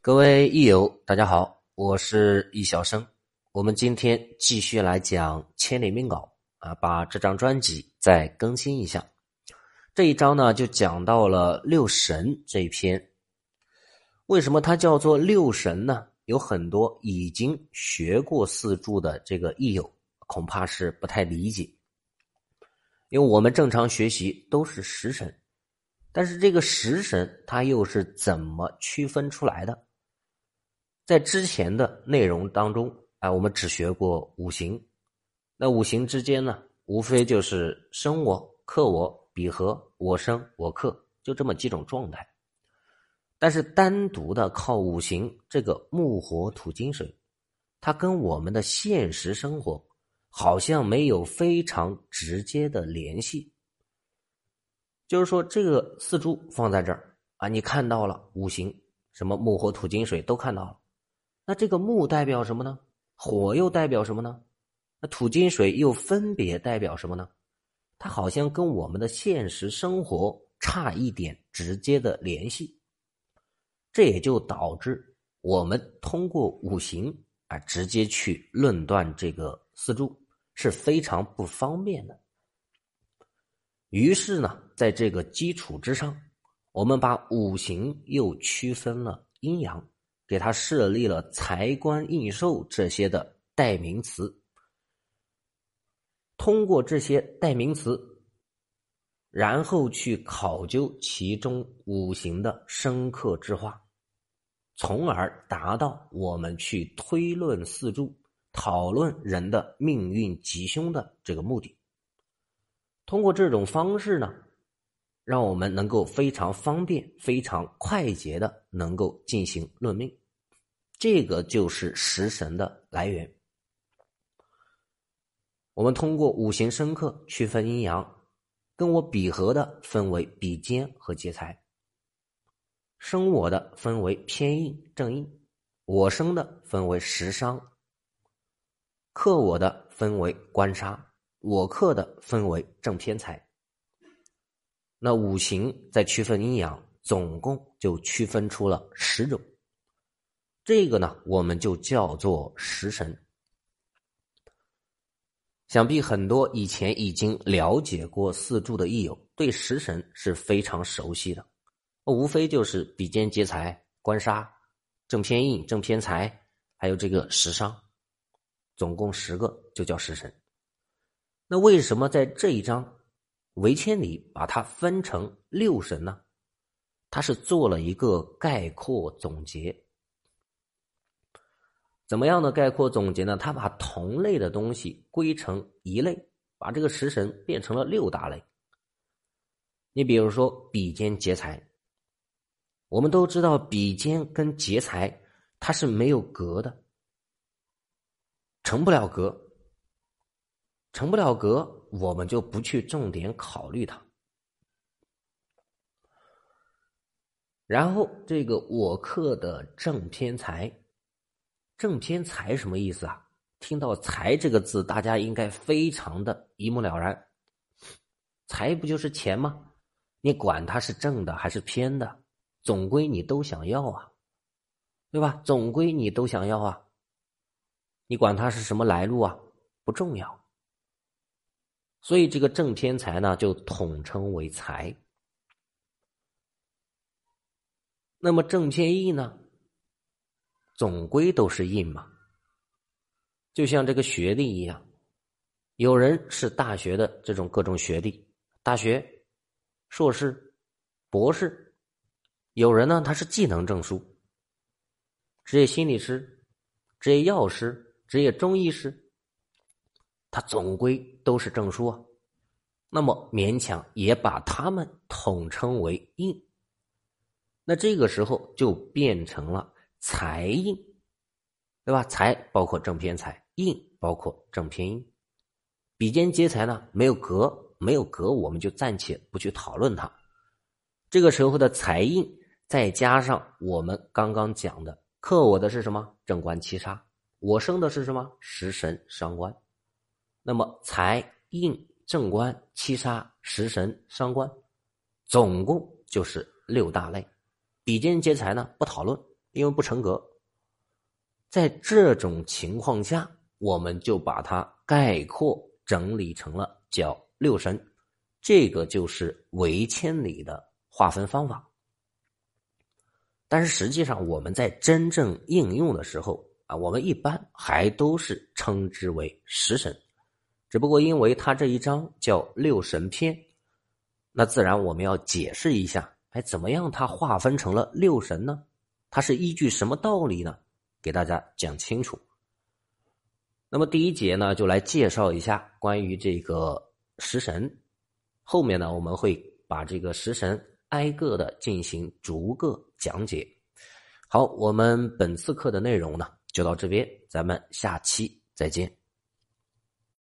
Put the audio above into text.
各位益友，大家好，我是易小生。我们今天继续来讲千里命稿把这张专辑再更新一下。这一章呢就讲到了六神这一篇。为什么它叫做六神呢？有很多已经学过四柱的这个益友恐怕是不太理解，因为我们正常学习都是十神，但是这个十神它又是怎么区分出来的？在之前的内容当中我们只学过五行。那五行之间呢，无非就是生我、克我、比合、我生、我克，就这么几种状态。但是单独的靠五行这个木火土金水，它跟我们的现实生活好像没有非常直接的联系。就是说这个四柱放在这儿你看到了五行，什么木火土金水都看到了。那这个木代表什么呢？火又代表什么呢？那土金水又分别代表什么呢？它好像跟我们的现实生活差一点直接的联系。这也就导致我们通过五行直接去论断这个四柱是非常不方便的。于是呢，在这个基础之上，我们把五行又区分了阴阳，给它设立了财官印寿这些的代名词。通过这些代名词，然后去考究其中五行的生克之化，从而达到我们去推论四柱、讨论人的命运吉凶的这个目的。通过这种方式呢，让我们能够非常方便、非常快捷的能够进行论命。这个就是十神的来源。我们通过五行生克区分阴阳，跟我比合的分为比肩和劫财，生我的分为偏印正印，我生的分为食伤，克我的分为官杀，我克的分为正偏财。那五行再区分阴阳，总共就区分出了10种。这个呢，我们就叫做十神。想必很多以前已经了解过四柱的益友，对十神是非常熟悉的。无非就是比肩劫财、官杀、正偏印、正偏财，还有这个食伤，总共10个就叫十神。那为什么在这一章韦千里把它分成六神呢？他是做了一个概括总结。怎么样的概括总结呢？他把同类的东西归成一类，把这个十神变成了6大类。你比如说比肩劫财，我们都知道比肩跟劫财它是没有格的，成不了格，我们就不去重点考虑它。然后这个我克的正偏财，正偏财什么意思啊？听到财这个字，大家应该非常的一目了然。财不就是钱吗？你管它是正的还是偏的，总归你都想要啊，对吧？总归你都想要啊，你管它是什么来路啊，不重要。所以这个正偏财呢，就统称为财。那么正偏印呢，总归都是印嘛。就像这个学历一样，有人是大学的这种各种学历，大学、硕士、博士，有人呢他是技能证书，职业心理师、职业药师、职业中医师，他总归都是证书啊。那么勉强也把他们统称为印。那这个时候就变成了财印，对吧？财包括正偏财，印包括正偏印。比肩劫财呢，没有格我们就暂且不去讨论它。这个时候的财印再加上我们刚刚讲的克我的是什么？正官七杀。我生的是什么？食神伤官。那么财印正官七杀食神伤官，总共就是6大类。比肩劫财呢不讨论， 因为不成格。在这种情况下，我们就把它概括整理成了叫六神，这个就是为千里的划分方法。但是实际上我们在真正应用的时候我们一般还都是称之为十神，只不过因为它这一章叫六神篇，那自然我们要解释一下，怎么样它划分成了六神呢？它是依据什么道理呢？给大家讲清楚。那么第一节呢，就来介绍一下关于这个十神，后面呢我们会把这个十神挨个的进行逐个讲解。好，我们本次课的内容呢就到这边，咱们下期再见。